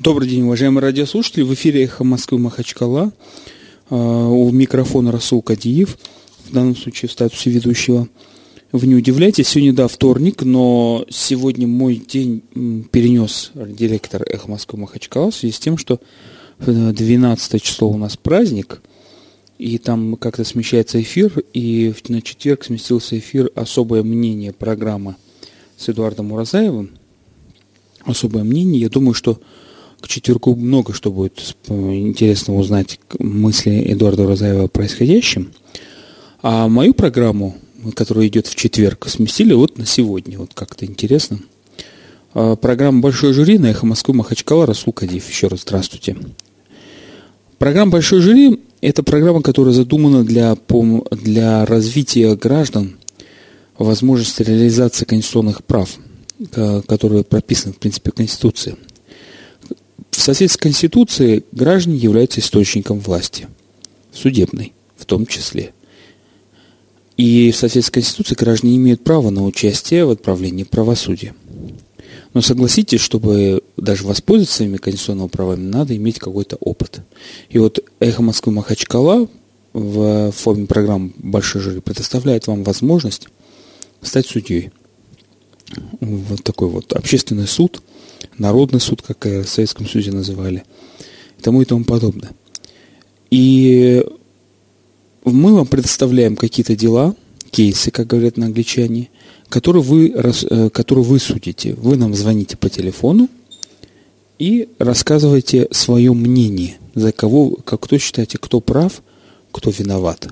Добрый день, уважаемые радиослушатели. В эфире «Эхо Москвы» Махачкала. У микрофона Расул Кадиев, в данном случае в статусе ведущего. Вы не удивляйтесь, сегодня, вторник, но сегодня мой день перенес директор «Эхо Москвы» Махачкала в связи с тем, что 12 число у нас праздник, и там как-то смещается эфир, и на четверг сместился эфир «Особое мнение» программы с Эдуардом Уразаевым. «Особое мнение». Я думаю, что к четвергу много что будет интересно узнать мысли Эдуарда Уразаева о происходящем. А мою программу, которая идет в четверг, сместили вот на сегодня. Вот как-то интересно. Программа «Большой жюри» на «Эхо Москвы» Махачкала. Расул Кадиев. Еще раз здравствуйте. Программа «Большой жюри» – это программа, которая задумана для развития граждан возможности реализации конституционных прав, которые прописаны, в принципе, в Конституции. В соответствии с Конституцией граждане являются источником власти, судебной в том числе. И в соответствии с Конституцией граждане имеют право на участие в отправлении правосудия. Но согласитесь, чтобы даже воспользоваться своими конституционными правами, надо иметь какой-то опыт. И вот «Эхо Москвы» Махачкала в форме программы «Большой жюри» предоставляет вам возможность стать судьей. Вот такой вот общественный суд, народный суд, как в Советском Союзе называли, и тому подобное. И мы вам предоставляем какие-то дела, кейсы, как говорят на англичане, которые вы судите. Вы нам звоните по телефону и рассказываете свое мнение, за кого, кто считаете, кто прав, кто виноват.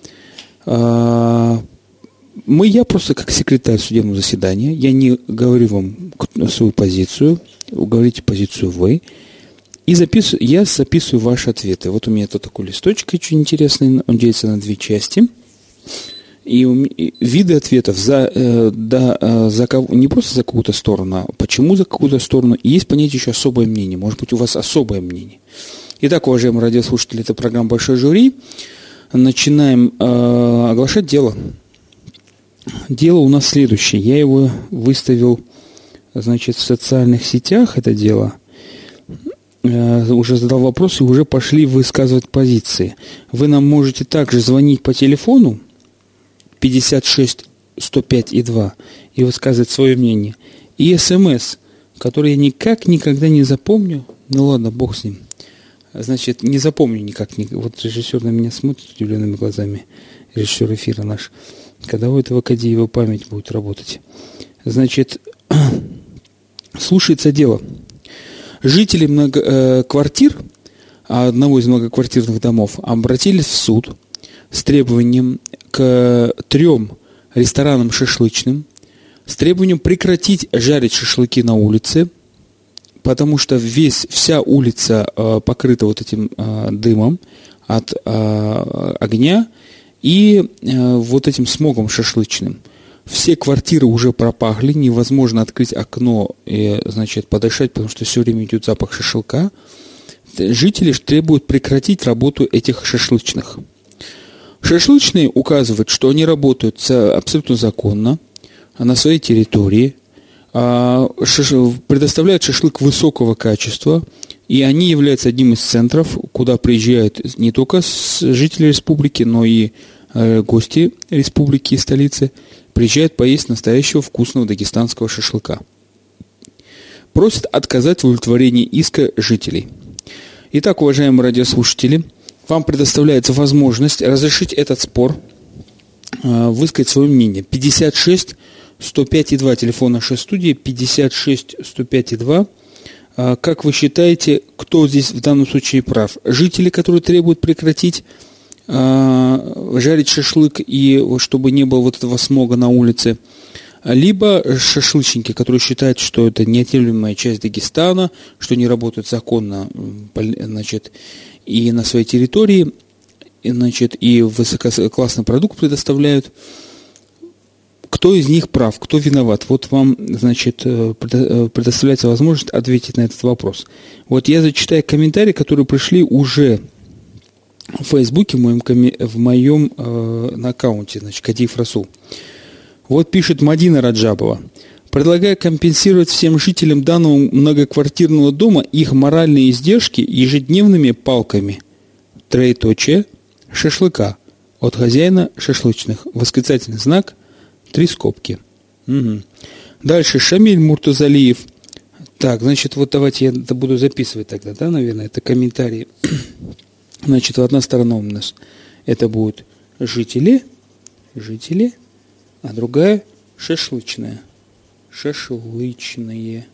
Я просто как секретарь судебного заседания, я не говорю вам свою позицию, говорите позицию вы, и я записываю ваши ответы. Вот у меня тут такой листочек очень интересный, он делится на две части. И виды ответов не просто за какую-то сторону, а почему за какую-то сторону. И есть понятие еще особое мнение. Может быть, у вас особое мнение. Итак, уважаемые радиослушатели, это программа «Большой жюри». Начинаем оглашать дело. Дело у нас следующее. Я его выставил, в социальных сетях, это дело. Уже задал вопрос, и уже пошли высказывать позиции. Вы нам можете также звонить по телефону 56 105 и 2 и высказывать свое мнение. И СМС, который я никогда не запомню. Ну ладно, бог с ним. Не запомню никак. Вот режиссер на меня смотрит удивленными глазами. Режиссер эфира наш. Когда у этого Кадиева память будет работать. Слушается дело. Жители квартир одного из многоквартирных домов обратились в суд с требованием к 3 ресторанам шашлычным, с требованием прекратить жарить шашлыки на улице, потому что вся улица покрыта вот этим дымом от огня и вот этим смогом шашлычным. Все квартиры уже пропахли, невозможно открыть окно и, подышать, потому что все время идет запах шашлыка. Жители требуют прекратить работу этих шашлычных. Шашлычные указывают, что они работают абсолютно законно, на своей территории, предоставляют шашлык высокого качества, и они являются одним из центров, куда приезжают не только жители республики, но и гости республики и столицы, приезжают поесть настоящего вкусного дагестанского шашлыка. Просят отказать в удовлетворении иска жителей. Итак, уважаемые радиослушатели, вам предоставляется возможность разрешить этот спор, высказать свое мнение. 56 105 и 2, телефон нашей студии, 56 105 и 2. Как вы считаете, кто здесь в данном случае прав? Жители, которые требуют прекратить жарить шашлык, и чтобы не было вот этого смога на улице, либо шашлычники, которые считают, что это неотъемлемая часть Дагестана, что они работают законно, и на своей территории, и высококлассный продукт предоставляют. Кто из них прав, кто виноват? Вот вам, предоставляется возможность ответить на этот вопрос. Вот я зачитаю комментарии, которые пришли уже в Фейсбуке, в моем аккаунте, Кадиев Расул. Вот пишет Мадина Раджабова. предлагая компенсировать всем жителям данного многоквартирного дома их моральные издержки ежедневными палками. Троеточие. Шашлыка. От хозяина шашлычных. Восклицательный знак. 3 скобки. Угу. Дальше. Шамиль Муртазалиев. Так, значит, вот давайте я это буду записывать тогда, да, наверное, это комментарии. Значит, одна сторона у нас это будут жители, а другая шашлычная. Шашлычные.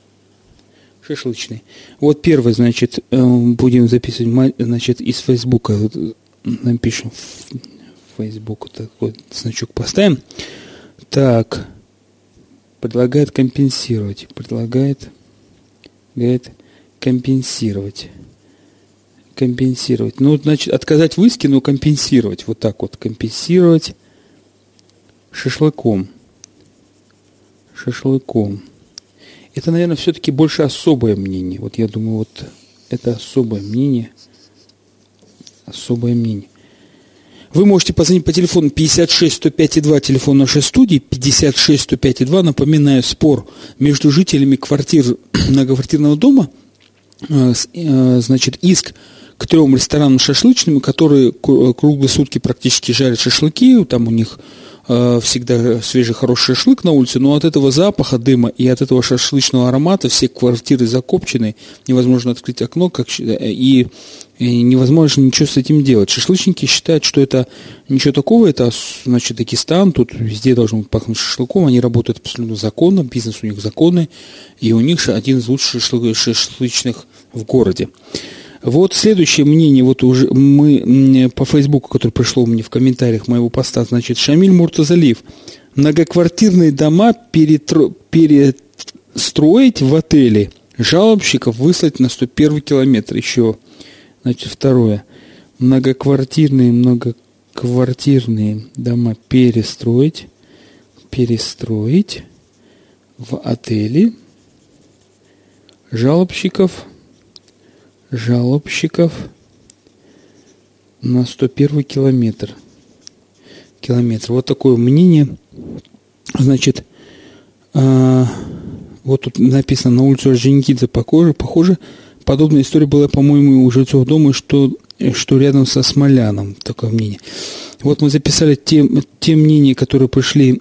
Вот первый, значит, будем записывать, значит, из Фейсбука. Вот напишем в Фейсбук, такой значок поставим. Так, предлагает компенсировать. Предлагает компенсировать. Ну, значит, отказать в иске, но компенсировать. Вот так вот. Компенсировать шашлыком. Это, наверное, все-таки больше особое мнение. Вот я думаю, вот это особое мнение. Вы можете позвонить по телефону 56-105-2, телефон нашей студии, 56-105-2. Напоминаю, спор между жителями квартир многоквартирного дома, значит, иск к 3 ресторанам шашлычным, которые круглые сутки практически жарят шашлыки, там у них всегда свежий хороший шашлык на улице, но от этого запаха дыма и от этого шашлычного аромата все квартиры закопчены, невозможно открыть окно, и невозможно ничего с этим делать. Шашлычники считают, что это ничего такого, это, значит, Дагестан, тут везде должно пахнуть шашлыком, они работают абсолютно законно, бизнес у них законный, и у них один из лучших шашлычных в городе. Вот следующее мнение, вот уже мы по Фейсбуку, которое пришло мне в комментариях моего поста, значит, Шамиль Муртазалиев. Многоквартирные дома перестроить в отеле, жалобщиков выслать на 101 километр. Еще, значит, второе. Многоквартирные дома перестроить в отеле, жалобщиков на 101 километр. Вот такое мнение. Значит, вот тут написано на улицу Орджоникидзе, похоже, подобная история была, по-моему, у жильцов дома, что рядом со Смоляном. Такое мнение. Вот мы записали те мнения, которые пришли...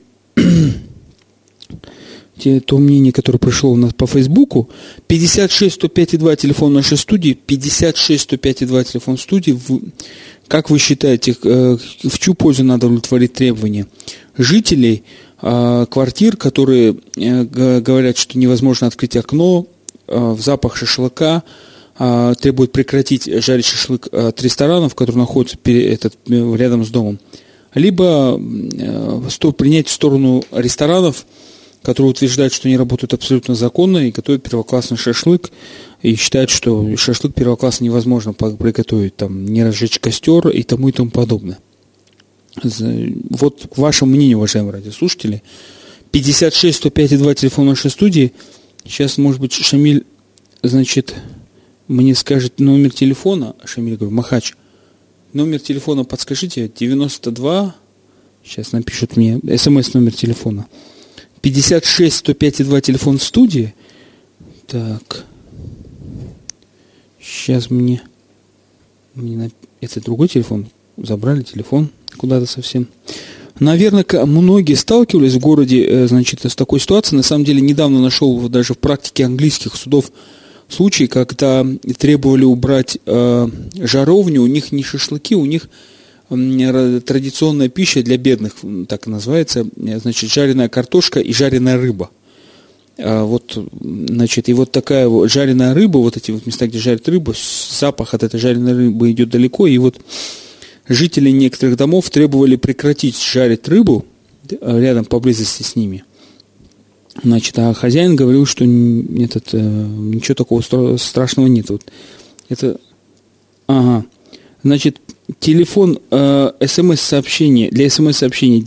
То мнение, которое пришло у нас по Фейсбуку, 56-105-2 телефон нашей студии, 56-105-2 телефон студии. Как вы считаете, в чью пользу надо удовлетворить требования жителей квартир, которые говорят, что невозможно открыть окно, в запах шашлыка, требуют прекратить жарить шашлык от ресторанов, которые находятся рядом с домом, либо принять в сторону ресторанов, которые утверждают, что они работают абсолютно законно и готовят первоклассный шашлык, и считают, что шашлык первоклассно невозможно приготовить, там, не разжечь костер и тому подобное. Вот ваше мнение, уважаемые радиослушатели. 56-105-2 телефон нашей студии. Сейчас, может быть, Шамиль, значит, мне скажет номер телефона. Шамиль, говорю, Махач, номер телефона подскажите, 92, сейчас напишут мне, смс номер телефона. 56-105-2 телефон студии. Так. Сейчас мне это другой телефон. Забрали телефон куда-то совсем. Наверное, многие сталкивались в городе, значит, с такой ситуацией. На самом деле, недавно нашел даже в практике английских судов случай, когда требовали убрать жаровню. У них не шашлыки, у них традиционная пища для бедных, так и называется, значит, жареная картошка и жареная рыба. Вот, значит, и вот такая вот жареная рыба, вот эти вот места, где жарят рыбу, запах от этой жареной рыбы идет далеко, и вот жители некоторых домов требовали прекратить жарить рыбу рядом, поблизости с ними. Значит, а хозяин говорил, что ничего такого страшного нет. Вот это, значит, телефон смс-сообщения, для смс-сообщения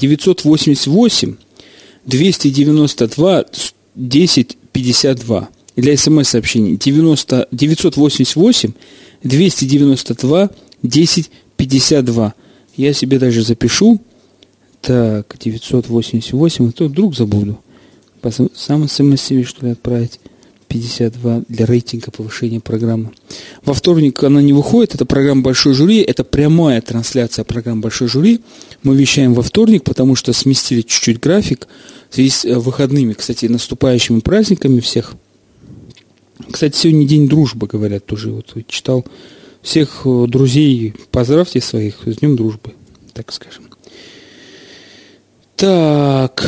988-292-1052. Для смс-сообщения 988-292-1052. Я себе даже запишу. Так, 988, а то вдруг забуду. Сам смс-CV, что ли, отправить? 52 для рейтинга повышения программы. Во вторник она не выходит, это программа «Большой жюри», это прямая трансляция программы «Большой жюри». Мы вещаем во вторник, потому что сместили чуть-чуть график в связи с выходными, кстати, наступающими праздниками всех. Кстати, сегодня день дружбы, говорят, тоже. Вот читал. Всех друзей поздравьте своих с Днем дружбы, так скажем. Так,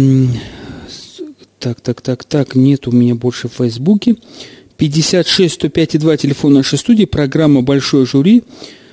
нет у меня больше в Фейсбуке. 56-105-2, телефон нашей студии, программа «Большой жюри».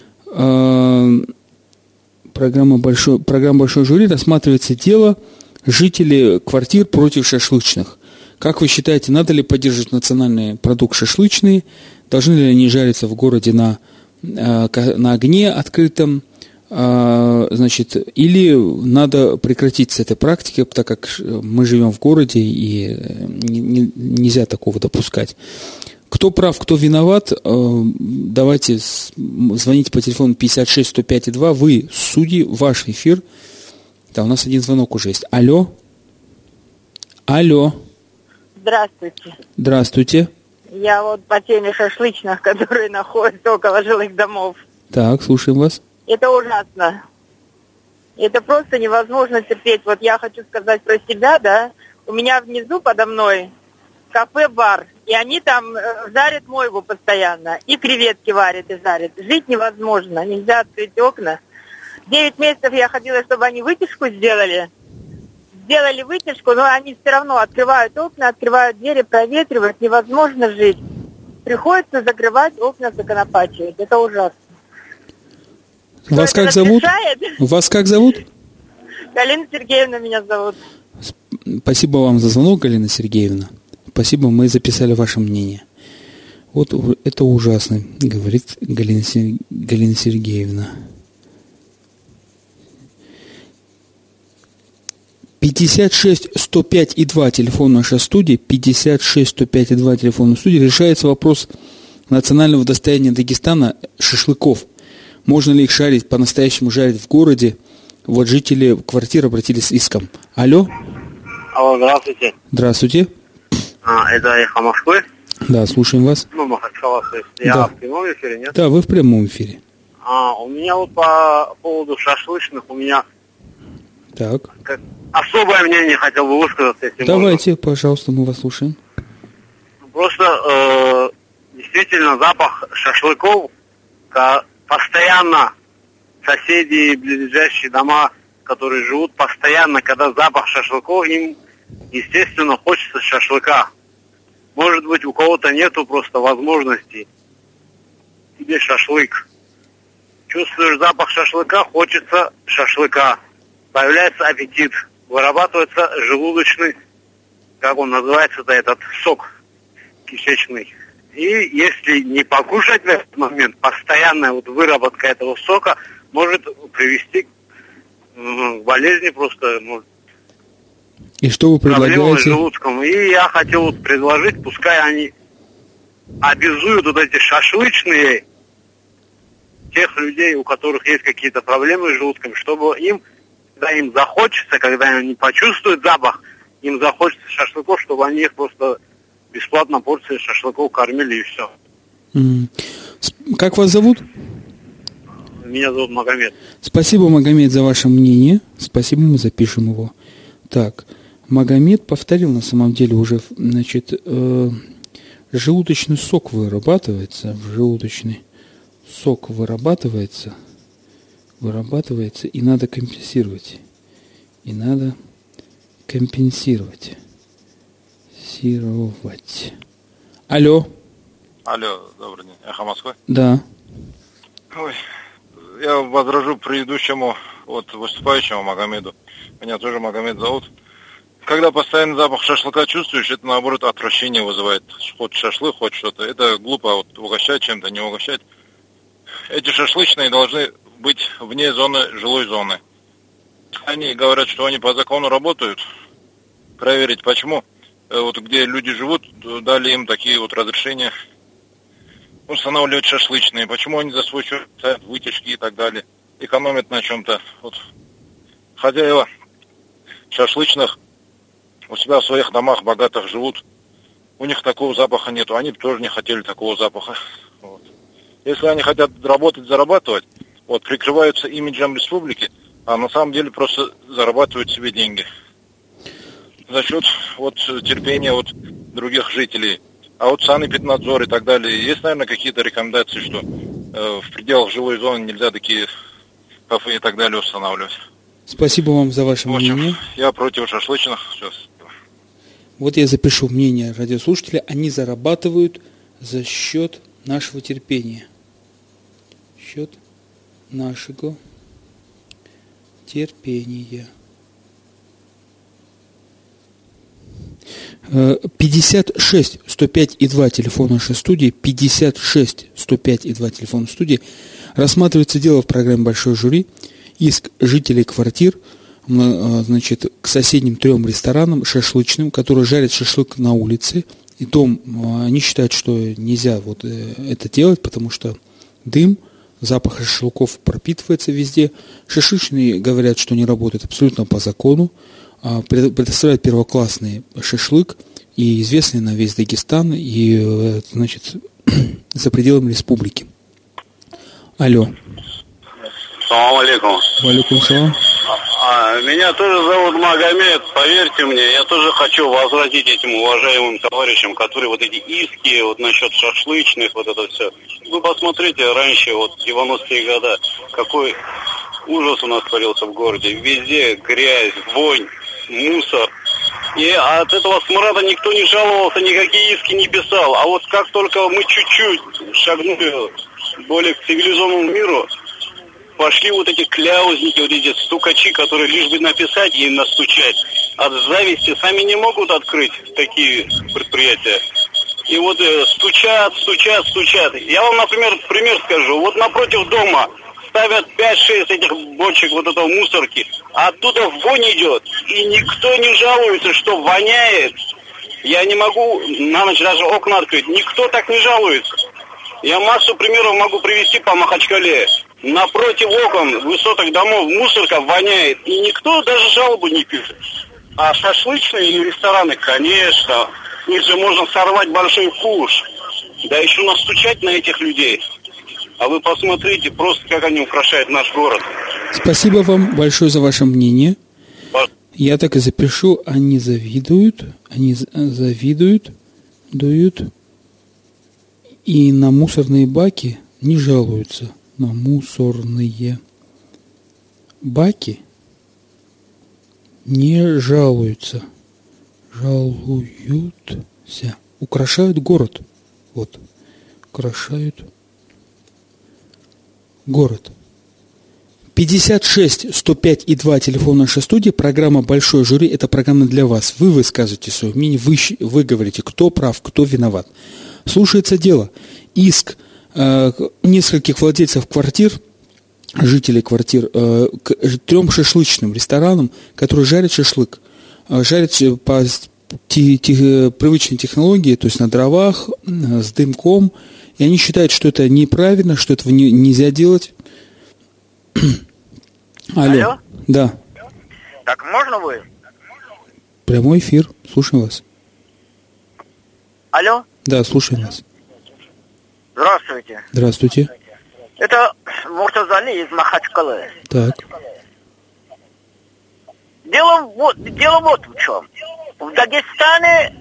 Программа «Большой жюри» рассматривается дело жителей квартир против шашлычных. Как вы считаете, надо ли поддерживать национальный продукт шашлычный? Должны ли они жариться в городе на огне открытом? Значит, или надо прекратить с этой практикой, так как мы живем в городе и нельзя такого допускать. Кто прав, кто виноват, давайте звоните по телефону 56-105-2. Вы судьи, ваш эфир. Да, у нас один звонок уже есть. Алло. Здравствуйте. Здравствуйте. Я вот по теме шашлычных, которые находятся около жилых домов. Так, слушаем вас. Это ужасно. Это просто невозможно терпеть. Вот я хочу сказать про себя, да. У меня внизу подо мной кафе-бар, и они там жарят мойву постоянно, и креветки варят и жарят. Жить невозможно, нельзя открыть окна. 9 месяцев я ходила, чтобы они вытяжку сделали. Сделали вытяжку, но они все равно открывают окна, открывают двери, проветривают. Невозможно жить. Приходится закрывать окна, законопачивать. Это ужасно. Вас как зовут? Вас как зовут? Галина Сергеевна меня зовут. Спасибо вам за звонок, Галина Сергеевна. Спасибо, мы записали ваше мнение. Вот это ужасно, говорит Галина Сергеевна. 56-105-2, телефон нашей студии, 56-105-2, телефон нашей студии. Решается вопрос национального достояния Дагестана шашлыков. Можно ли их жарить, по-настоящему жарить в городе? Вот жители квартир обратились с иском. Алло, здравствуйте. Здравствуйте. Это «Эхо Москвы». Да, слушаем вас. Махачкала, то есть я в прямом эфире, нет? Да, вы в прямом эфире. У меня вот по поводу шашлычных, у меня так. Особое мнение хотел бы высказаться, если Давайте, можно. Пожалуйста, мы вас слушаем. Просто действительно запах шашлыков постоянно соседи, ближайшие дома, которые живут постоянно, когда запах шашлыков, им, естественно, хочется шашлыка. Может быть, у кого-то нету просто возможности себе шашлык. Чувствуешь запах шашлыка, хочется шашлыка. Появляется аппетит, вырабатывается желудочный, как он называется-то, этот сок кишечный. И если не покушать в этот момент, постоянная вот выработка этого сока может привести к болезни просто. И что вы предлагаете? Проблемам с желудком. И я хотел вот предложить, пускай они обязуют вот эти шашлычные тех людей, у которых есть какие-то проблемы с желудком, чтобы им, когда им захочется, когда они почувствуют запах, им захочется шашлыков, чтобы они их просто бесплатно порции шашлыков кормили и все. Как вас зовут? Меня зовут Магомед. Спасибо, Магомед, за ваше мнение. Спасибо, мы запишем его. Так, Магомед повторил на самом деле уже, значит, желудочный сок вырабатывается, желудочный сок вырабатывается, и надо компенсировать. Алло. Алло, добрый день. Эхо Москвы? Да. Ой, я возражу предыдущему выступающему Магомеду. Меня тоже Магомед зовут. Когда постоянный запах шашлыка чувствуешь, это наоборот отвращение вызывает. Хоть шашлык, хоть что-то. Это глупо угощать чем-то, не угощать. Эти шашлычные должны быть вне жилой зоны. Они говорят, что они по закону работают. Проверить, почему. Где люди живут, дали им такие разрешения устанавливать шашлычные. Почему они за свой счет ставят вытяжки и так далее. Экономят на чем-то. Хозяева шашлычных у себя в своих домах богатых живут, у них такого запаха нету, они бы тоже не хотели такого запаха. Вот. Если они хотят работать, зарабатывать, вот, прикрываются имиджем республики, а на самом деле просто зарабатывают себе деньги. За счет вот терпения вот других жителей. А вот санэпиднадзор и так далее, есть, наверное, какие-то рекомендации, что в пределах жилой зоны нельзя такие кафе и так далее устанавливать? Спасибо вам за ваше мнение. Я против шашлычных. Сейчас. Вот я запишу мнение радиослушателя. Они зарабатывают за счет нашего терпения. Счет нашего терпения. 56 105 и 2 телефон нашей студии, 56 105 и 2 телефон студии. Рассматривается дело в программе «Большой жюри». Иск жителей квартир, значит, к соседним 3 ресторанам шашлычным, которые жарят шашлык на улице. И дом, они считают, что нельзя вот это делать, потому что дым, запах шашлыков пропитывается везде. Шашлычные говорят, что не работают абсолютно по закону. Предоставляют первоклассный шашлык и известный на весь Дагестан и, значит, за пределами республики. Алло. Салам алейкум. Валейкум салам. Меня тоже зовут Магомед, поверьте мне, я тоже хочу возвратить этим уважаемым товарищам, которые вот эти иски вот насчет шашлычных, вот это все. Вы посмотрите, раньше, вот 90-е годы, какой ужас у нас творился в городе. Везде грязь, вонь, мусор. И от этого смрада никто не жаловался, никакие иски не писал. А вот как только мы чуть-чуть шагнули более к цивилизованному миру, пошли вот эти кляузники, вот эти стукачи, которые лишь бы написать и настучать. От зависти сами не могут открыть такие предприятия. И вот стучат. Я вам, например, пример скажу. Вот напротив дома ставят 5-6 этих бочек вот этого мусорки, а оттуда вонь идет. И никто не жалуется, что воняет. Я не могу на ночь даже окна открыть. Никто так не жалуется. Я массу примеров могу привести по Махачкале. Напротив окон высоток домов мусорка воняет, и никто даже жалобу не пишет. А шашлычные или рестораны, конечно, их же можно сорвать большой куш. Да еще настучать на этих людей. А вы посмотрите просто, как они украшают наш город. Спасибо вам большое за ваше мнение. Я так и запишу. Они завидуют, дуют, и на мусорные баки не жалуются. На мусорные баки не жалуются. Жалуются. Украшают город. Вот. Украшают город. 56 105 и 2 телефон нашей студии. Программа «Большой жюри». Это программа для вас. Вы высказываете свое мнение. Вы говорите, кто прав, кто виноват. Слушается дело. Иск нескольких владельцев квартир, жителей квартир, к 3 шашлычным ресторанам, которые жарят шашлык. Жарят по привычной технологии, то есть на дровах, с дымком. И они считают, что это неправильно, что этого нельзя делать. Алло. Да. Так, можно вы? Прямой эфир. Слушаем вас. Алло. Да, слушаем вас. Здравствуйте. Здравствуйте. Это Муртазали из Махачкалы. Так. Дело вот в чем. В Дагестане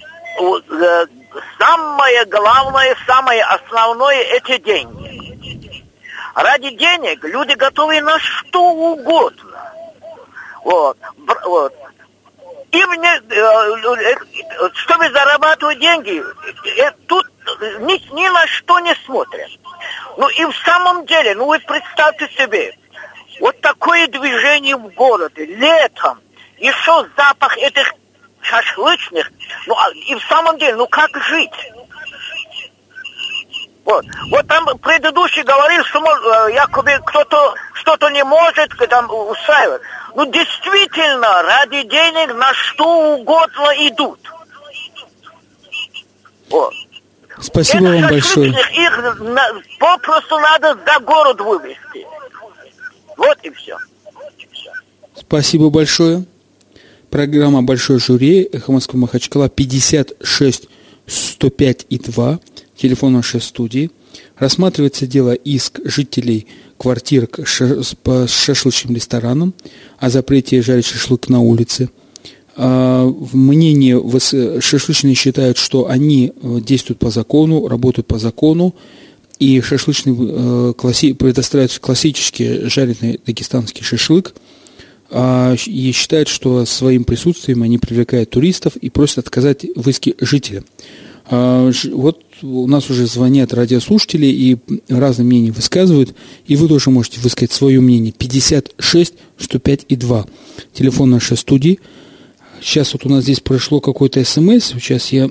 самое главное, самое основное – это деньги. Ради денег люди готовы на что угодно. Вот. И чтобы зарабатывать деньги, тут ни на что не смотрят. Ну и в самом деле, вы представьте себе, вот такое движение в городе, летом, еще запах этих шашлычных, и в самом деле, как жить? Вот там предыдущий говорил, что якобы кто-то что-то не может там устраивать. Действительно, ради денег на что угодно идут. Вот. Спасибо вам большое. Их попросту надо за город вывести. Вот и все. Спасибо большое. Программа «Большой жюри», «Эхо Москвы», Махачкала, 56 105 и 2, телефон нашей студии. Рассматривается дело иск жителей квартир с шашлычным рестораном о запрете жарить шашлык на улице. Мнение шашлычные считают, что они действуют по закону, работают по закону, и шашлычный предоставляют классический жареный дагестанский шашлык, и считают, что своим присутствием они привлекают туристов и просят отказать в иске жителям. Вот у нас уже звонят радиослушатели и разные мнения высказывают, и вы тоже можете высказать свое мнение. 56 105 и 2, телефон нашей студии. Сейчас вот у нас здесь прошло какое-то СМС, сейчас я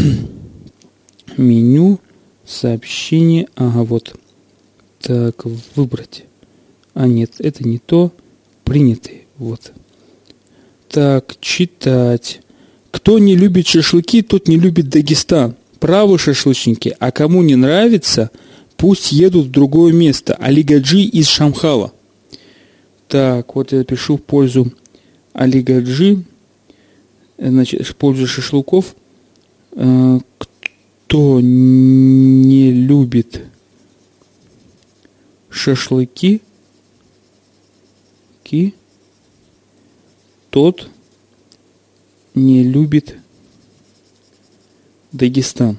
меню, сообщение, ага, вот, так, выбрать, нет, это не то, принятый, вот, так, читать. Кто не любит шашлыки, тот не любит Дагестан. Правы шашлычники, а кому не нравится, пусть едут в другое место. Али Гаджи из Шамхала. Так, вот я пишу в пользу Али Гаджи, значит, в пользу шашлыков. Кто не любит шашлыки, тот не любит Дагестан.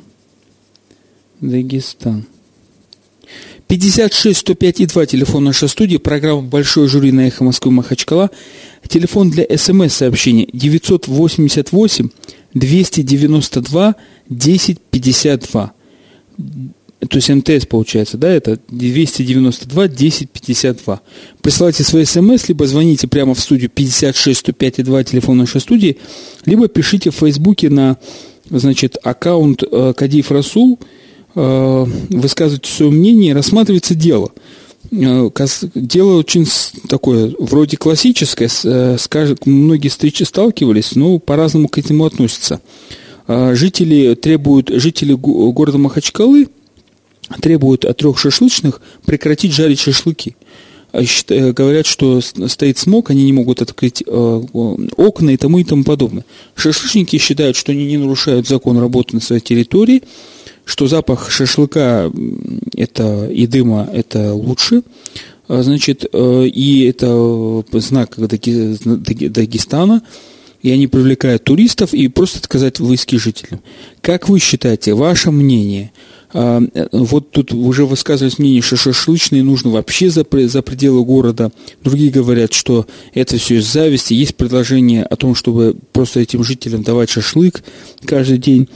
56 105 и 2, телефон нашей студии, программа «Большой жюри» на Эхо Москвы, Махачкала. Телефон для СМС-сообщений 988 292 1052. То есть МТС получается, да, это 292 1052. Присылайте свои СМС, либо звоните прямо в студию 56 105 и 2, телефон нашей студии, либо пишите в Фейсбуке на, значит, аккаунт Кадиев Расул, высказывайте свое мнение, рассматривается дело. Дело очень такое, вроде классическое, многие встречи сталкивались, но по-разному к этому относятся. Жители города Махачкалы требуют от 3 шашлычных прекратить жарить шашлыки. Говорят, что стоит смог, они не могут открыть окна и тому подобное. Шашлычники считают, что они не нарушают закон работы на своей территории, что запах шашлыка и дыма это лучше, значит, и это знак Дагестана, и они привлекают туристов, и просто отказать в иске жителям. Как вы считаете, ваше мнение? Вот тут уже высказывались мнение, что шашлычные нужно вообще за пределы города. Другие говорят, что это все из зависти. Есть предложение о том, чтобы просто этим жителям давать шашлык каждый день.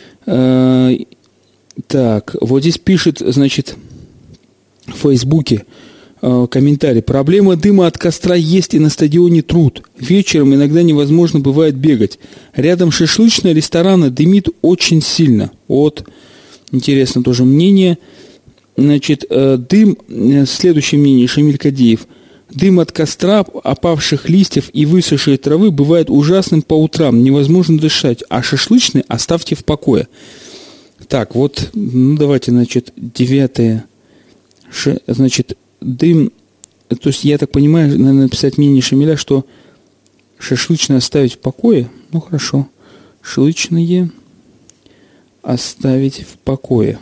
Так, вот здесь пишет, значит, в Фейсбуке комментарий. Проблема дыма от костра есть и на стадионе Труд. Вечером иногда невозможно бывает бегать. Рядом шашлычные рестораны дымит очень сильно. Вот, интересно тоже мнение. Значит, дым, следующее мнение, Шамиль Кадиев. Дым от костра, опавших листьев и высохшей травы бывает ужасным по утрам. Невозможно дышать. А шашлычные оставьте в покое. Так, вот, ну давайте, значит, 9. Значит, дым, то есть, я так понимаю, надо написать мнение Шамиля, что шашлычные оставить в покое. Ну, хорошо. Шашлычные оставить в покое.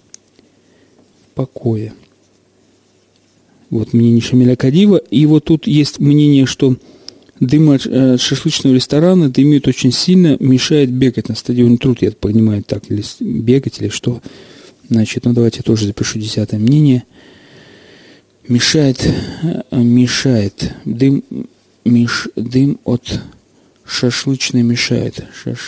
Вот мнение Шамиля Кадиева. И вот тут есть мнение, что дым от шашлычного ресторана дымит очень сильно, мешает бегать на стадионе Труд. Я понимаю, так или бегать, или что. Значит, ну давайте я тоже запишу 10 мнение. Мешает. Дым от шашлычной мешает.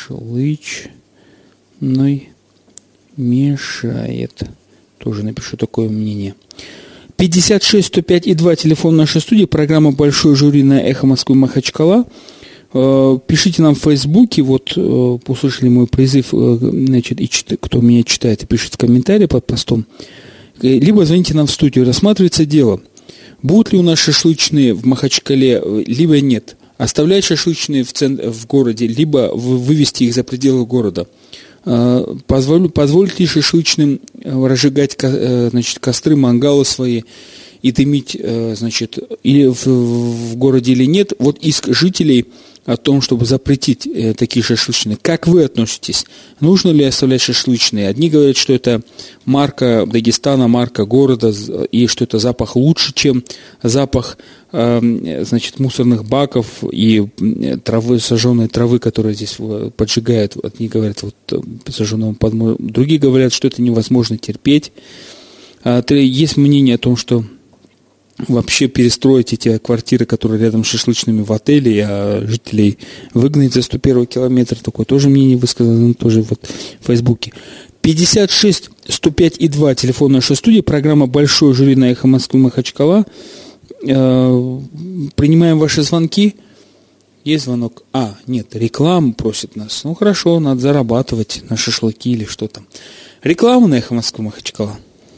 Шашлычной мешает. Тоже напишу такое мнение. 56 105 и 2, телефон нашей студии, программа «Большой жюри» на Эхо Москвы, Махачкала. Пишите нам в Фейсбуке, вот услышали мой призыв, значит, и кто меня читает и пишет в комментарии под постом, либо звоните нам в студию, рассматривается дело. Будут ли у нас шашлычные в Махачкале, либо нет. Оставлять шашлычные в городе, либо вывести их за пределы города. Позволить ли шашлычным разжигать, значит, костры, мангалы свои и дымить, значит, или в городе или нет. Вот иск жителей о том, чтобы запретить такие шашлычные. Как вы относитесь? Нужно ли оставлять шашлычные? Одни говорят, что это марка Дагестана, марка города, и что это запах лучше, чем запах мусорных баков и травы, сожженной травы, которая здесь поджигает. Одни говорят, сожженного подмоя. Другие говорят, что это невозможно терпеть. Есть мнение о том, что вообще перестроить эти квартиры, которые рядом с шашлычными в отеле, а жителей выгнать за 101 километр. Такое тоже мнение высказано тоже в Фейсбуке. 56 105 и 2, телефон нашей студии, программа «Большое жюри» на Эхо Москвы Махачкала. Принимаем ваши звонки. Есть звонок? Нет, рекламу просит нас. Ну хорошо, надо зарабатывать на шашлыки или что там. Реклама на Эхо Москвы Махачкала.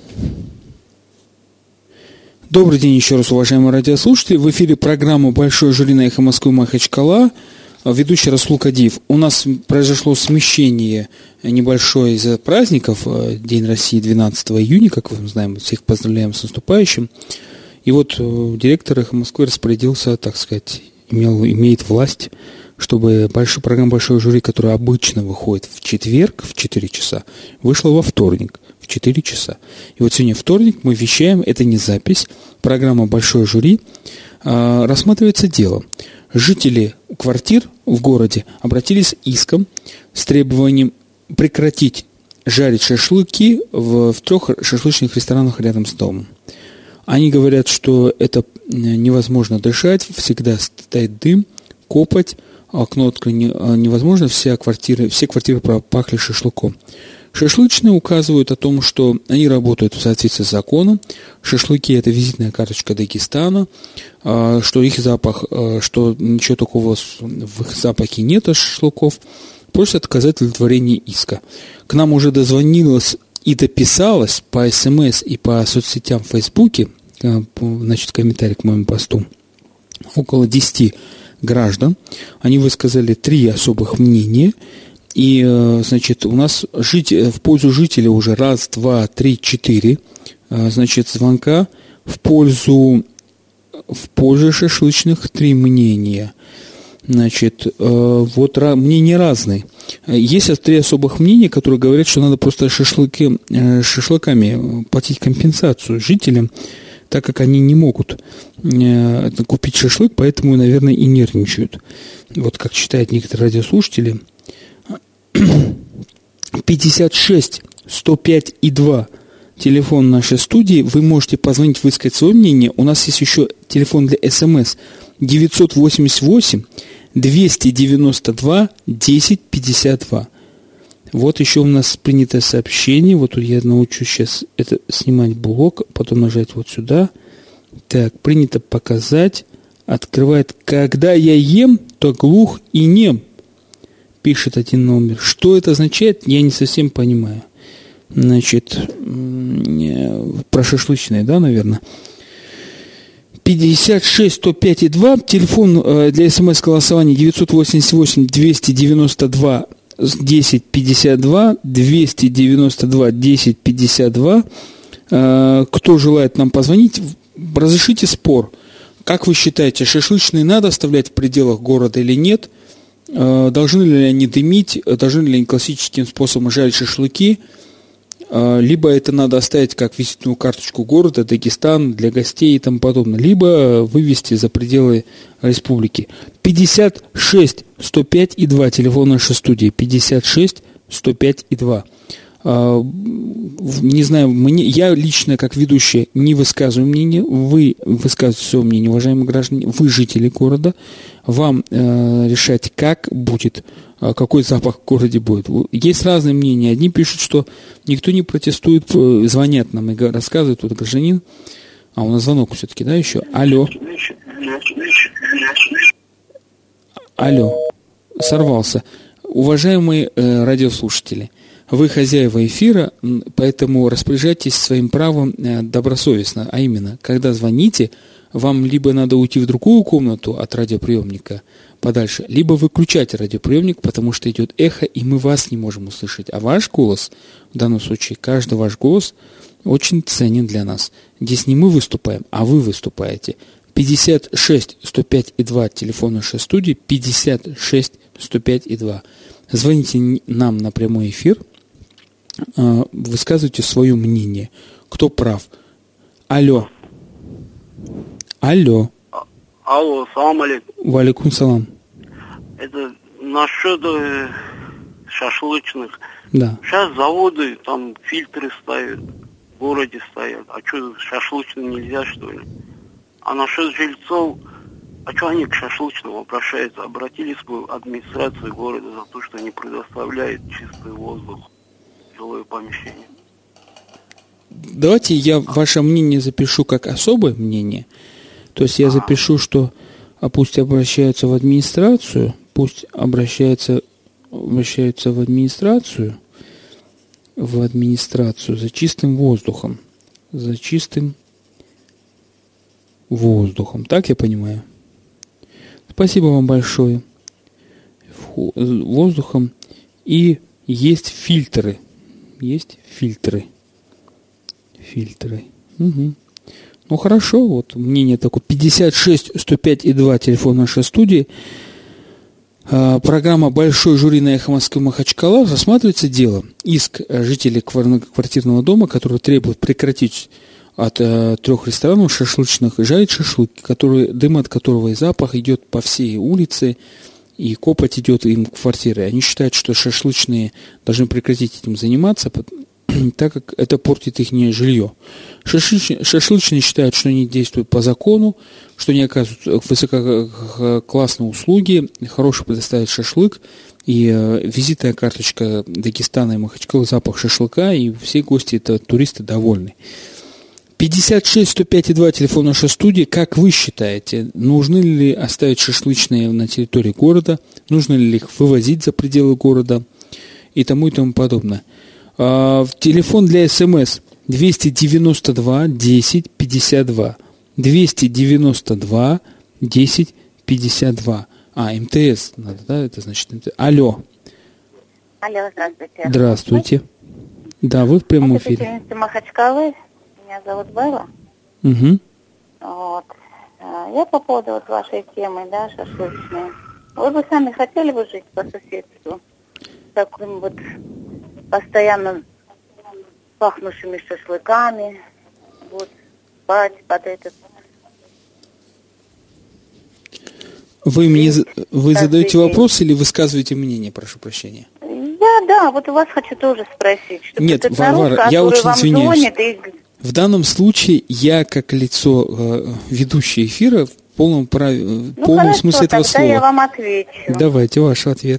Добрый день еще раз, уважаемые радиослушатели. В эфире программа «Большое жюри» на Эхо Москвы Махачкала. Ведущий Расул Кадиев. У нас произошло смещение небольшое из-за праздников. День России 12 июня, как мы знаем. Всех поздравляем с наступающим. И вот директор «Эхо Москвы» распорядился, так сказать, имеет власть, чтобы программа «Большое жюри», которая обычно выходит в четверг в 4 часа, вышла во вторник в 4 часа. И вот сегодня вторник, мы вещаем, это не запись, программа «Большое жюри», рассматривается дело. Жители квартир в городе обратились с иском с требованием прекратить жарить шашлыки в 3 шашлычных ресторанах рядом с домом. Они говорят, что это невозможно дышать, всегда стоит дым, копоть, окно открыть невозможно, все квартиры пропахли шашлыком. Шашлычные указывают о том, что они работают в соответствии с законом. Шашлыки – это визитная карточка Дагестана, что их запах, что ничего такого в их запахе нет от шашлыков. Просят отказать удовлетворение иска. К нам уже дозвонилась и дописалась по СМС и по соцсетям в Фейсбуке, комментарий к моему посту, около 10 граждан. Они высказали 3 особых мнения. И, у нас в пользу жителей уже 1, 2, 3, 4, звонка. В пользу шашлычных 3 мнения. Мнения разные. Есть 3 особых мнения, которые говорят, что надо просто шашлыками платить компенсацию жителям, так как они не могут купить шашлык, поэтому, наверное, и нервничают. Вот как считают некоторые радиослушатели. 56 105 и 2, телефон нашей студии. Вы можете позвонить, высказать свое мнение. У нас есть еще телефон для СМС 988 292 1052. Вот еще у нас принято сообщение. Вот я научу сейчас это снимать блок, потом нажать вот сюда. Так, принято показать. Открывает. Когда я ем, то глух и нем. Пишет один номер. Что это означает, я не совсем понимаю. Про шашлычные, да, наверное. 56 105 и 2. Телефон для смс-голосования 988 292 1052. 292 1052. Кто желает нам позвонить, разрешите спор. Как вы считаете, шашлычные надо оставлять в пределах города или нет? Должны ли они дымить, должны ли они классическим способом жарить шашлыки, либо это надо оставить как визитную карточку города, Дагестан, для гостей и тому подобное, либо вывести за пределы республики. 56 105 и 2, телефон нашей студии, 56 105 и 2. Не знаю, я лично, как ведущий, не высказываю мнение, вы высказываете свое мнение, уважаемые граждане, вы жители города, вам решать, как будет, какой запах в городе будет. Есть разные мнения, одни пишут, что никто не протестует, звонят нам и рассказывают, тут гражданин, у нас звонок все-таки, да, еще? Алло, сорвался. Уважаемые радиослушатели, вы хозяева эфира, поэтому распоряжайтесь своим правом добросовестно. А именно, когда звоните, вам либо надо уйти в другую комнату от радиоприемника подальше, либо выключать радиоприемник, потому что идет эхо, и мы вас не можем услышать. А ваш голос, в данном случае, каждый ваш голос очень ценен для нас. Здесь не мы выступаем, а вы выступаете. 56 105 и 2, телефон нашей студии, 56 105 и 2. Звоните нам на прямой эфир, высказывайте свое мнение. Кто прав? Алло. Алло. Алло, салам алейкум. Валикум салам. Это насчет шашлычных. Да. Сейчас заводы, там фильтры ставят, в городе стоят. А что, шашлычным нельзя, что ли? А насчет жильцов, а что они к шашлычному обращаются? Обратились бы в администрацию города за то, что не предоставляет чистый воздух, жилое помещение. Давайте я ваше мнение запишу как особое мнение. То есть я запишу, что пусть обращаются в администрацию, пусть обращаются в администрацию за чистым воздухом. За чистым воздухом. Так я понимаю? Спасибо вам большое. Воздухом. И есть фильтры. Есть фильтры. Фильтры. Угу. Ну хорошо, вот мнение такое. 56 105 и 2, телефон нашей студии. Программа «Большой жюри» на Эхо Москвы Махачкала. Рассматривается дело. Иск жителей квартирного дома, которые требуют прекратить от 3 ресторанов шашлычных жарить шашлык, дым от которого и запах идет по всей улице, и копоть идет им в квартиры. Они считают, что шашлычные должны прекратить этим заниматься, так как это портит их жилье. Шашлычные считают, что они действуют по закону, что они оказывают высококлассные услуги, хорошо предоставят шашлык, и визитная карточка Дагестана и Махачкалы, запах шашлыка, и все гости, туристы довольны. 56 105 и 2, телефон нашей студии. Как вы считаете, нужно ли оставить шашлычные на территории города, нужно ли их вывозить за пределы города и тому подобное. Телефон для СМС 292 10 52. 292 10 52. МТС надо, да? Это значит МТС. Алло. Алло, здравствуйте. Здравствуйте. Да, вы в прямом эфире. Это жительница Махачкалы. Меня зовут Белла. Угу. Вот. Я по поводу вашей темы, да, шашлычной. Вы бы сами хотели бы жить по соседству с таким вот постоянно пахнущими шашлыками, вот, спать под этот... Вы задаете вопрос или высказываете мнение, прошу прощения? Да, вот у вас хочу тоже спросить. Нет, Варвара, я очень извиняюсь. В данном случае я, как лицо ведущей эфира, в полном смысле этого слова. Я вам отвечу. Давайте, ваш ответ.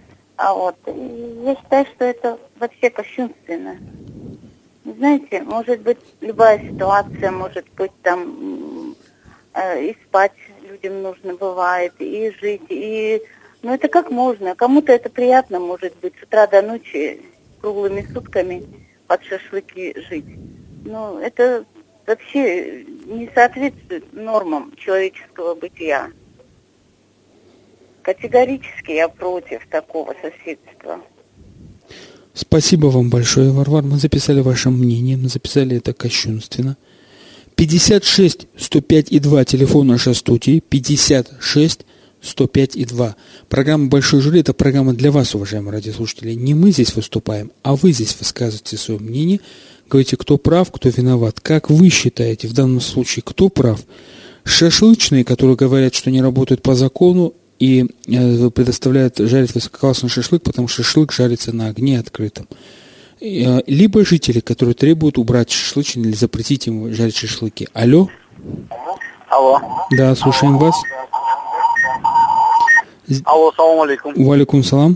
Я считаю, что это вообще кощунственно. Знаете, может быть, любая ситуация, может быть, там и спать людям нужно бывает, и жить, и... Ну, это как можно. Кому-то это приятно, может быть, с утра до ночи круглыми сутками под шашлыки жить. Но это вообще не соответствует нормам человеческого бытия. Категорически я против такого соседства. Спасибо вам большое, Варвар. Мы записали ваше мнение, мы записали это кощунственно. 56 105 и 2, телефон нашей студии, 56 105 и 2. Программа «Большой жюри» – это программа для вас, уважаемые радиослушатели. Не мы здесь выступаем, а вы здесь высказываете свое мнение, говорите, кто прав, кто виноват. Как вы считаете, в данном случае, кто прав? Шашлычные, которые говорят, что не работают по закону и предоставляют жарить высококлассный шашлык, потому что шашлык жарится на огне открытом. Либо жители, которые требуют убрать шашлычные или запретить им жарить шашлыки. Алло? Алло. Да, слушаем вас. Алло, салам алейкум. Валикум салам.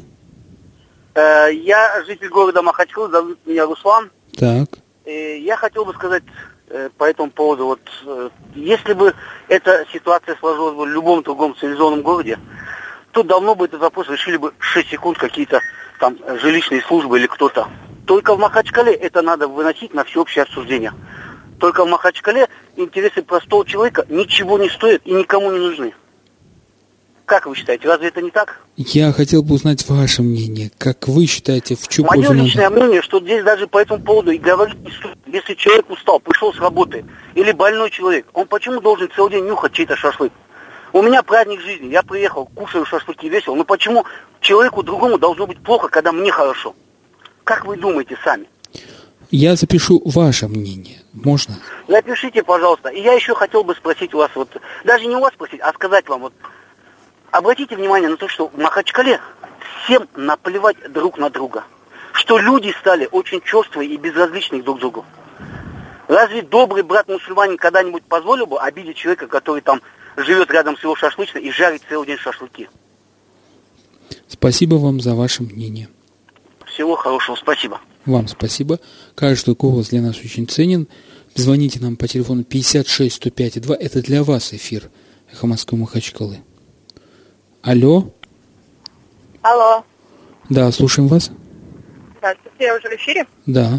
Я житель города Махачкалы, зовут меня Руслан. Так. Я хотел бы сказать по этому поводу, вот если бы эта ситуация сложилась бы в любом другом цивилизованном городе, то давно бы этот вопрос решили бы 6 секунд какие-то там жилищные службы или кто-то. Только в Махачкале это надо выносить на всеобщее обсуждение. Только в Махачкале интересы простого человека ничего не стоят и никому не нужны. Как вы считаете, разве это не так? Я хотел бы узнать ваше мнение. Как вы считаете, в чью Мое пользу личное надо? мнение, что здесь даже по этому поводу и говорить не стоит. Если человек устал, пришел с работы, или больной человек, он почему должен целый день нюхать чей-то шашлык? У меня праздник жизни, я приехал, кушаю шашлыки, весело. Но почему человеку другому должно быть плохо, когда мне хорошо? Как вы думаете сами? Я запишу ваше мнение. Можно? Запишите, пожалуйста. И я еще хотел бы спросить у вас, вот, даже не у вас спросить, а сказать вам, вот, обратите внимание на то, что в Махачкале всем наплевать друг на друга. Что люди стали очень черствые и безразличны друг к другу. Разве добрый брат-мусульманин когда-нибудь позволил бы обидеть человека, который там живет рядом с его шашлычной и жарит целый день шашлыки? Спасибо вам за ваше мнение. Всего хорошего, спасибо. Вам спасибо. Каждый голос для нас очень ценен. Звоните нам по телефону 56 105 2. Это для вас эфир «Эхо Москвы» Махачкалы. Алло. Алло. Да, слушаем вас. Здравствуйте, я уже в эфире. Да.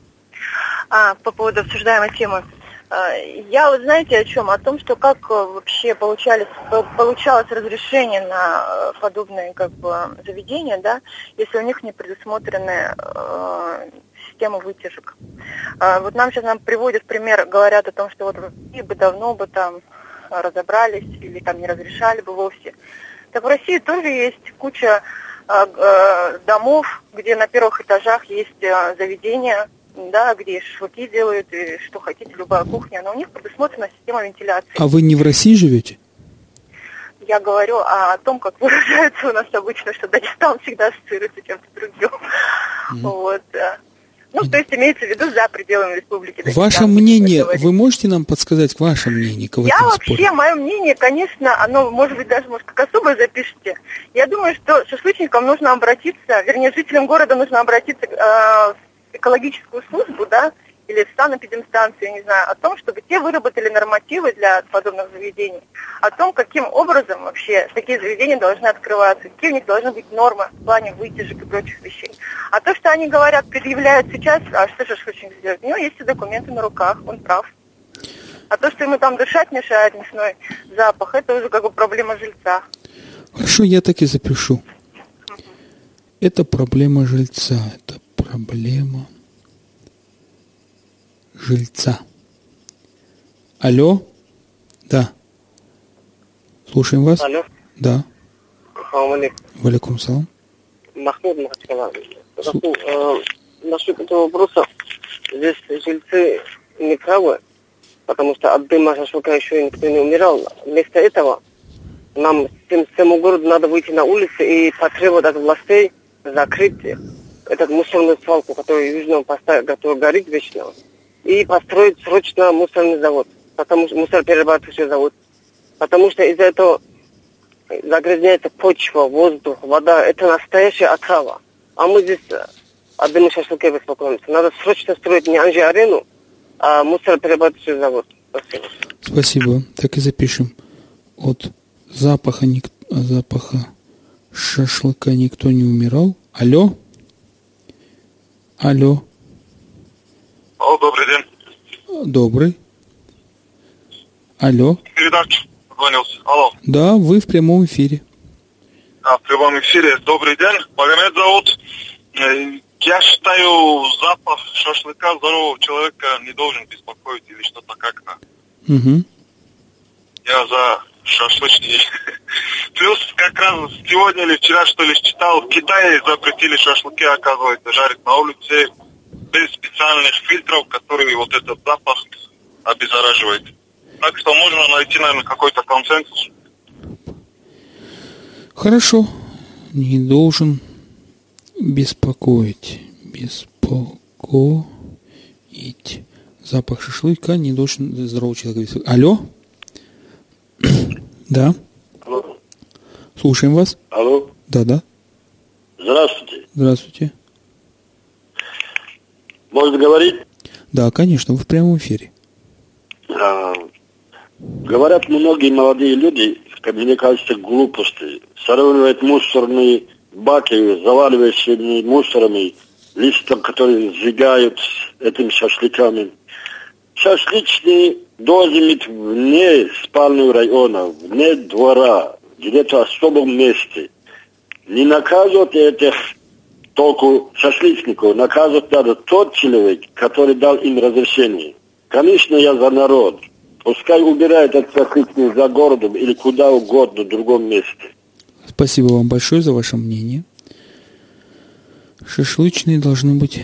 По поводу обсуждаемой темы. Я, вот знаете о чем? О том, что как вообще получалось разрешение на подобные заведения, да, если у них не предусмотрены системы вытяжек. Вот нам приводят пример, говорят о том, что вот в России бы давно бы там разобрались или там не разрешали бы вовсе. Так в России тоже есть куча домов, где на первых этажах есть заведения, да, где шашлыки делают, и что хотите, любая кухня, но у них предусмотрена система вентиляции. А вы не в России живете? Я говорю о том, как выражаются у нас обычно, что Дагестан всегда ассоциируется с чем-то другим. Вот. Ну, то есть имеется в виду за пределами республики Дагестан. Ваше мнение, вы можете нам подсказать ваше мнение? Мое мнение, конечно, оно, может быть, даже, как особое запишите. Я думаю, что шашлычникам нужно обратиться, вернее, жителям города нужно обратиться в экологическую службу, да, или в санэпидемстанцию, я не знаю, о том, чтобы те выработали нормативы для подобных заведений, о том, каким образом вообще такие заведения должны открываться, какие у них должны быть нормы в плане вытяжек и прочих вещей. А то, что они говорят, предъявляют сейчас, а что же шашлычник сделать? У него есть все документы на руках, он прав. А то, что ему там дышать мешает мясной запах, это уже проблема жильца. Хорошо, я так и запишу. Это проблема жильца, это проблема жильца. Алло? Да. Слушаем вас. Алло. Да. Ассаламу алейкум. Валейкум салам. Махмуд Махачкала. Насчет этого вопроса, здесь жильцы не правы, потому что от дыма шашлыка еще никто не умирал. Вместо этого нам всему городу надо выйти на улицы и потребовать от властей закрыть этот мусорную свалку, которая южного поста, который горит вечно, и построить срочно мусорный завод, мусороперерабатывающий завод. Потому что из-за этого загрязняется почва, воздух, вода. Это настоящая отрава. А мы здесь от дыма шашлыка беспокоимся. Надо срочно строить не Анжи-арену, а мусороперерабатывающий завод. Спасибо. Спасибо. Так и запишем. От запаха шашлыка никто не умирал. Алло? Алло. Алло, добрый день. Добрый. Алло. Передача звонился. Алло. Да, вы в прямом эфире. В прямом эфире. Добрый день. Магомед зовут. Я считаю, запах шашлыка здорового человека не должен беспокоить или что-то как-то. Угу. Я за шашлычный. Плюс как раз сегодня или вчера, что ли, читал, в Китае запретили шашлыки, оказывается, жарить на улице без специальных фильтров, которые вот этот запах обеззараживает. Так что можно найти, наверное, какой-то консенсус. Хорошо. Не должен беспокоить. Запах шашлыка не должен здорового человека беспокоить. Алло? Да. Алло. Слушаем вас. Алло. Да. Здравствуйте. Здравствуйте. Можно говорить? Да, конечно, вы в прямом эфире. Говорят многие молодые люди, как мне кажется, глупости. Сравнивают мусорные баки, заваливающими мусорами, листом, которые сжигают этими шашлыками. Шашлычные должен быть вне спального района, вне двора, где-то особом месте. Не наказывать этих только шашлычников, наказывать надо тот человек, который дал им разрешение. Конечно, я за народ. Пускай убирает этот шашлычник за городом или куда угодно в другом месте. Спасибо вам большое за ваше мнение. Шашлычные должны быть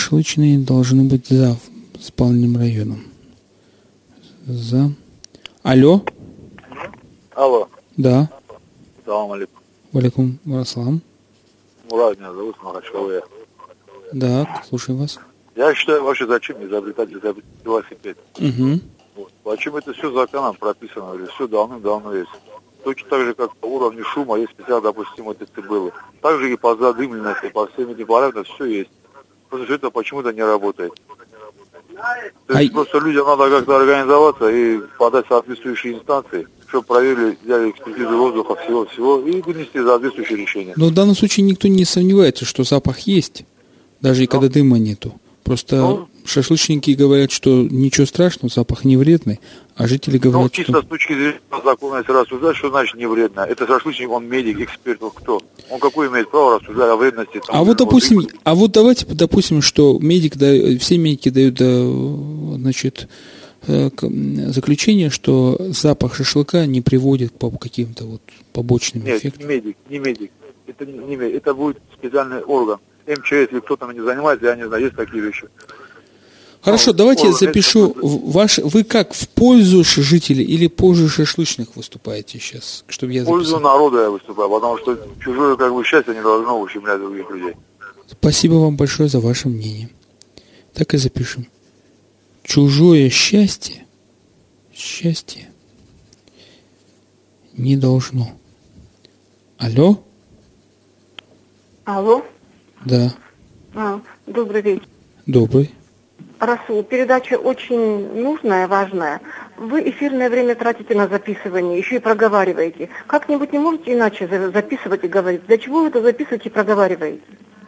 за спальным районом. За. Алло? Алло. Да. Салам алейкум. Валейкум ассалам. Мурат меня зовут, Махачкала. Да, слушаю вас. Я считаю, вообще зачем изобретать велосипед? Угу. Вот. Почему это все законом прописано, или все давным-давно есть. Точно так же, как по уровню шума есть специально допустимые децибелы. Также и по задымленности, по всем этим параметрам все есть. Просто все это почему-то не работает. То есть просто людям надо как-то организоваться и подать соответствующие инстанции, чтобы проверили, взяли экспертизу воздуха, всего-всего, и вынести соответствующее решение. Но в данном случае никто не сомневается, что запах есть, даже и когда дыма нету. Просто шашлычники говорят, что ничего страшного, запах не вредный, а жители говорят, чисто что... с точки зрения закона, если рассуждать, что значит не вредно? Это шашлычник, он медик, эксперт, он кто? Он какое имеет право рассуждать о вредности? А вот, допустим, давайте допустим, что все медики дают, значит, заключение, что запах шашлыка не приводит к каким-то вот побочным эффектам. Нет, не медик. Это не медик. Это будет специальный орган. МЧС, или кто там не занимается, я не знаю, есть такие вещи. Хорошо, давайте я запишу. Вы как, в пользу жителей или позже шашлычных выступаете сейчас? Чтобы я в пользу народа я выступаю, потому что чужое счастье не должно ущемлять других людей. Спасибо вам большое за ваше мнение. Так и запишем. Чужое счастье не должно. Алло? Алло? Да. Добрый вечер. Добрый. Расул, передача очень нужная, важная. Вы эфирное время тратите на записывание, еще и проговариваете. Как-нибудь не можете иначе записывать и говорить? Для чего вы это записываете и проговариваете?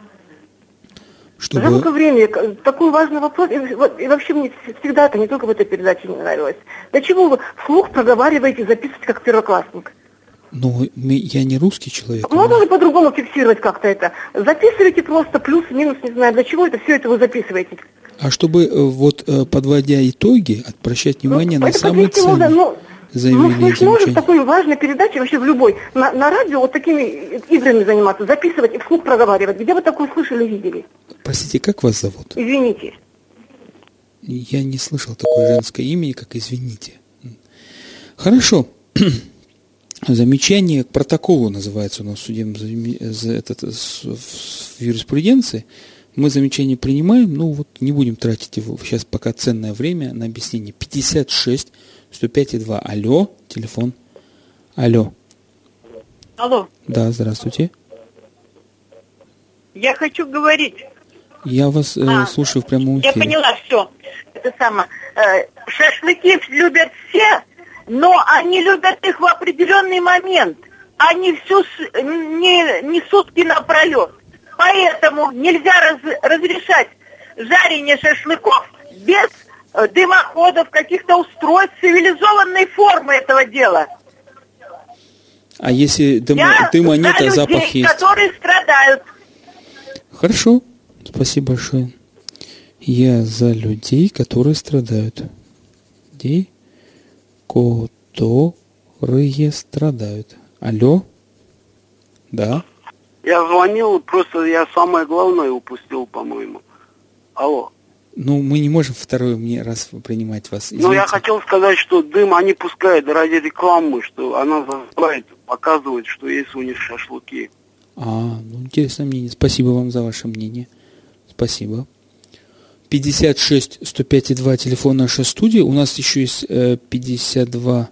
Жалко время, такой важный вопрос, и вообще мне всегда это, не только в этой передаче не нравилось. Для чего вы вслух проговариваете и записываете как первоклассник? Ну, я не русский человек. Можно ли по-другому фиксировать как-то это? Записывайте просто плюс-минус, не знаю, для чего все это вы записываете? А чтобы, подводя итоги, обращать внимание на самые ценные заявления. Можно в такой важной передаче, вообще в любой, на радио вот такими играми заниматься, записывать и вслух проговаривать. Где вы такое слышали, видели? Простите, как вас зовут? Извините. Я не слышал такое женское имя, как «извините». Хорошо. Замечание к протоколу называется у нас в юриспруденции. Мы замечание принимаем, не будем тратить его сейчас пока ценное время на объяснение. 56 105 2. Алло, телефон. Алло. Алло. Да, здравствуйте. Я хочу говорить. Я вас слушаю в прямом эфире. Я поняла, все. Шашлыки любят все, но они любят их в определенный момент. Они не сутки напролет. Поэтому нельзя разрешать жарение шашлыков без дымоходов, каких-то устройств, цивилизованной формы этого дела. А если дыма нет, а запах есть? Которые страдают. Хорошо, спасибо большое. Я за людей, которые страдают. Людей, которые страдают. Алло? Да? Я звонил, просто я самое главное упустил, по-моему. Алло. Мы не можем второй раз принимать вас. Извините. Я хотел сказать, что дым они пускают ради рекламы, что она зазывает, показывает, что есть у них шашлыки. Интересное мнение. Спасибо вам за ваше мнение. Спасибо. 56 105 2 телефон нашей студии. У нас еще есть 52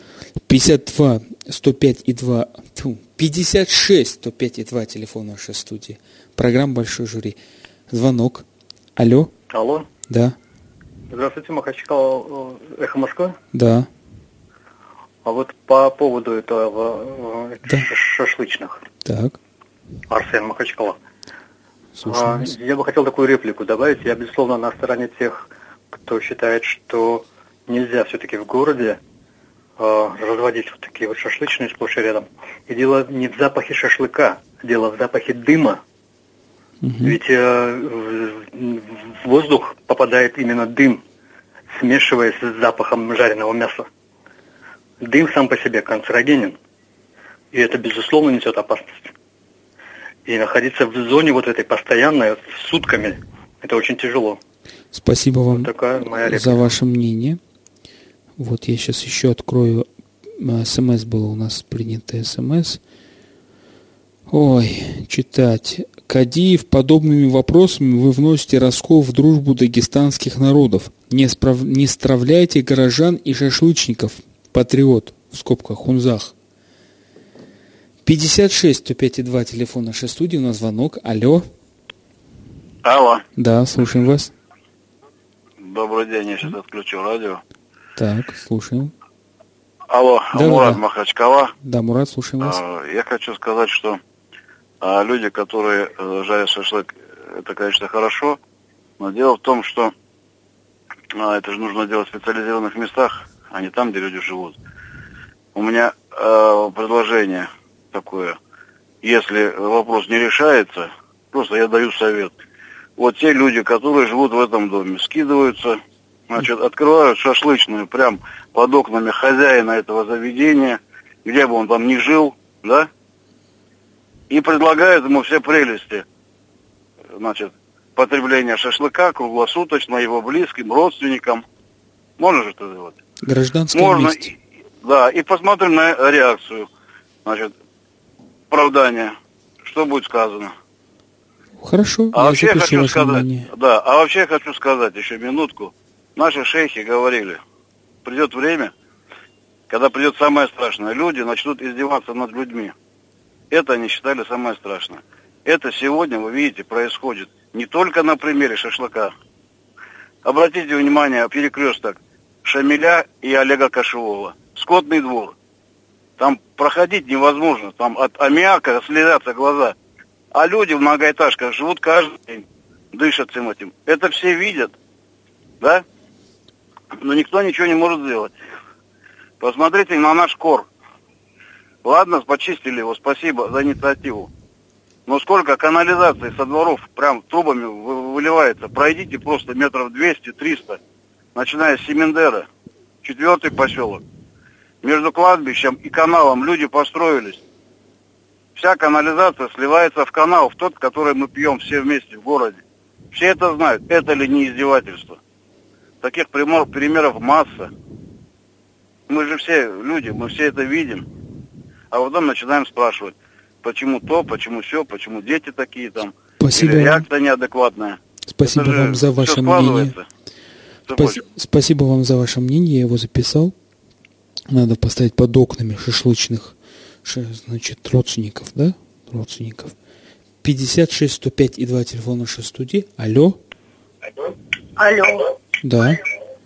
105 и 2. 56 105 2 телефон нашей студии. Программа «Большой жюри». Звонок. Алло. Алло. Да. Здравствуйте, Махачкала, Эхо Москвы. Да. А вот по поводу этого шашлычных. Так. Арсен, Махачкала. Слушаю. Я бы хотел такую реплику добавить. Я, безусловно, на стороне тех, кто считает, что нельзя все-таки в городе разводить вот такие вот шашлычные сплошь и рядом. И дело не в запахе шашлыка, дело в запахе дыма. Ведь в воздух попадает именно дым, смешиваясь с запахом жареного мяса. Дым сам по себе канцерогенен, и это, безусловно, несет опасность. И находиться в зоне вот этой постоянной, сутками, это очень тяжело. Спасибо вам вот такая моя за ваше мнение. Вот я сейчас еще открою. СМС было у нас принято, СМС. Ой, читать. Кадиев, подобными вопросами вы вносите раскол в дружбу дагестанских народов. Не стравляйте горожан и шашлычников. Патриот, в скобках, Хунзах. 56-105-2, телефон нашей студии, у нас звонок. Алло. Алло. Да, слушаем вас. Добрый день, я сейчас отключу радио. Так, слушаем. Алло, да, Мурат да. Махачкала. Да, Мурат, слушаем вас. Я хочу сказать, что люди, которые жарят шашлык, это, конечно, хорошо, но дело в том, что это же нужно делать в специализированных местах, а не там, где люди живут. У меня предложение такое. Если вопрос не решается, просто я даю совет. Вот те люди, которые живут в этом доме, скидываются, значит, открывают шашлычную прям под окнами хозяина этого заведения, где бы он там ни жил, да, и предлагают ему все прелести, значит, потребления шашлыка круглосуточно его близким, родственникам. Можно же это сделать? Гражданское Можно, месть. да, и посмотрим на реакцию, значит, оправдание, что будет сказано. Хорошо, А я вообще я запишу хочу ваше сказать, мнение. да, а вообще я хочу сказать еще минутку. Наши шейхи говорили, придет время, когда придет самое страшное. Люди начнут издеваться над людьми. Это они считали самое страшное. Это сегодня, вы видите, происходит не только на примере шашлыка. Обратите внимание, перекресток Шамиля и Олега Кашевого. Скотный двор. Там проходить невозможно. Там от аммиака слезятся глаза. А люди в многоэтажках живут каждый день. Дышат всем этим. Это все видят. Да? Но никто ничего не может сделать. Посмотрите на наш кор. Ладно, почистили его, спасибо за инициативу. Но сколько канализации со дворов прям трубами выливается. Пройдите просто метров 200-300, начиная с Семендера, 4-й поселок. Между кладбищем и каналом люди построились. Вся канализация сливается в канал, в тот, который мы пьем все вместе в городе. Все это знают. Это ли не издевательство? Таких примеров масса. Мы же все люди, мы все это видим. А потом начинаем спрашивать, почему то, почему все, почему дети такие там. Спасибо. Или реакция неадекватная. Спасибо вам за ваше мнение. Спасибо вам за ваше мнение, я его записал. Надо поставить под окнами шашлычных, значит, родственников, да? Родственников. 56-105-2, телефон нашей студии. Алло. Алло. Да.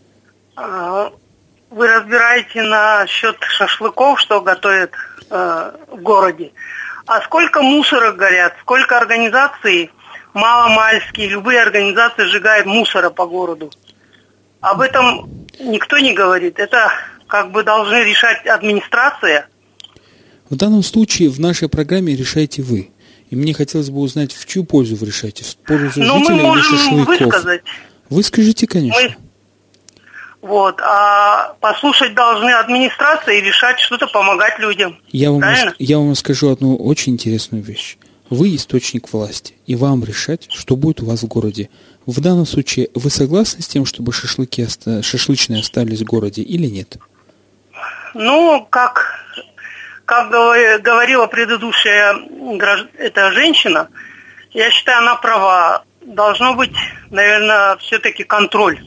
Вы разбираете насчет шашлыков, что готовят в городе. А сколько мусора горят, сколько организаций, маломальские, любые организации сжигают мусора по городу. Об этом никто не говорит. Это как бы должны решать администрация. В данном случае в нашей программе решаете вы. И мне хотелось бы узнать, в чью пользу вы решаете? В пользу жителей или шашлыков? Высказать. Выскажите, конечно. Вот. А послушать должны администрация и решать, что-то помогать людям. Я вам скажу одну очень интересную вещь. Вы источник власти, и вам решать, что будет у вас в городе. В данном случае вы согласны с тем, чтобы шашлычные остались в городе или нет? Ну, как говорила предыдущая эта женщина, я считаю, она права. Должно быть, наверное, все-таки контроль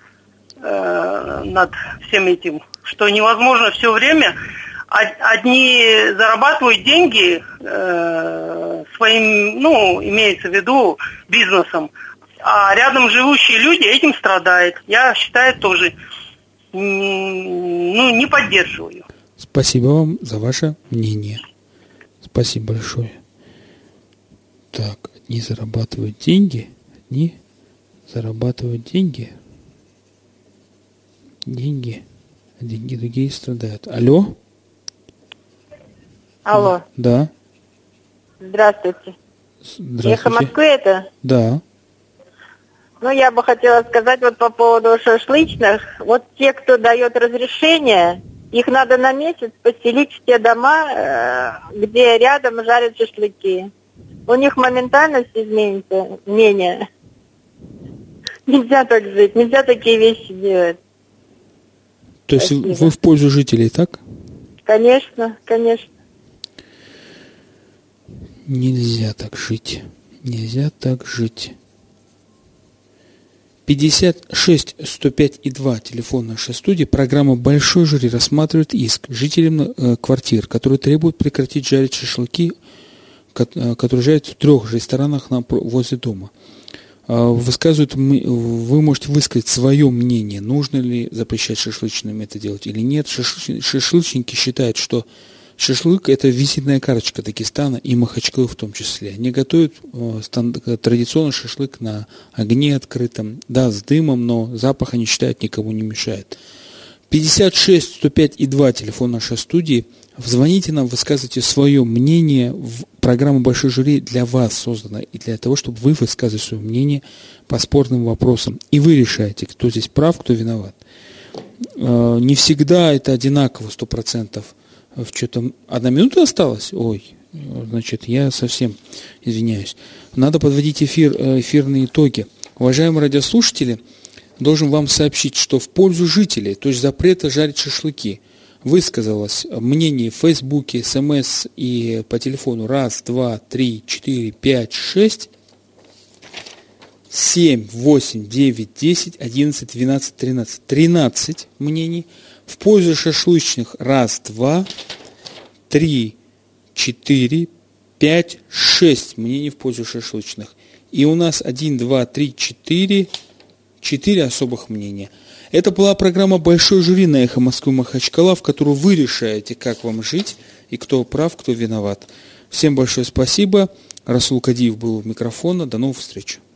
над всем этим. Что невозможно все время. Одни зарабатывают деньги своим, имеется в виду, бизнесом, а рядом живущие люди этим страдают. Я считаю тоже, не поддерживаю. Спасибо вам за ваше мнение. Спасибо большое. Так, одни зарабатывают деньги. Деньги другие страдают. Алло? Алло. Да. Здравствуйте. Здравствуйте. Эхо Москвы это? Да. Ну, я бы хотела сказать вот по поводу шашлычных. Вот те, кто дает разрешение, их надо на месяц поселить в те дома, где рядом жарят шашлыки. У них моментально все изменится мнение. Нельзя так жить, нельзя такие вещи делать. То есть Спасибо. вы в пользу жителей, так? Конечно, конечно. Нельзя так жить. Нельзя так жить. 56 105 и 2 телефон нашей студии. Программа «Большой жюри» рассматривает иск жителям квартир, которые требуют прекратить жарить шашлыки, которые жарят в 3 ресторанах возле дома. Вы можете высказать свое мнение, нужно ли запрещать шашлычным это делать или нет. Шашлычники считают, что шашлык – это визитная карточка Дагестана и Махачкалы в том числе. Они готовят традиционный шашлык на огне открытом, да, с дымом, но запах, они считают, никому не мешает. 56 105 и 2 телефон нашей студии. Звоните нам, высказывайте свое мнение. Программа «Большой жюри» для вас создана и для того, чтобы вы высказывали свое мнение по спорным вопросам. И вы решаете, кто здесь прав, кто виноват. Не всегда это одинаково, 100%. Что-то 1 минута осталась? Ой, значит, я совсем извиняюсь. Надо подводить эфирные итоги. Уважаемые радиослушатели, должен вам сообщить, что в пользу жителей, то есть запрета жарить шашлыки, высказалось мнение в Фейсбуке, СМС и по телефону 1, 2, 3, 4, 5, 6, 7, 8, 9, 10, 11, 12, 13. 13 мнений. В пользу шашлычных 1, 2, 3, 4, 5, 6 мнений в пользу шашлычных. И у нас 1, 2, 3, 4 особых мнения. Это была программа «Большой жюри» на Эхо Москвы Махачкала, в которую вы решаете, как вам жить и кто прав, кто виноват. Всем большое спасибо. Расул Кадиев был у микрофона. До новых встреч.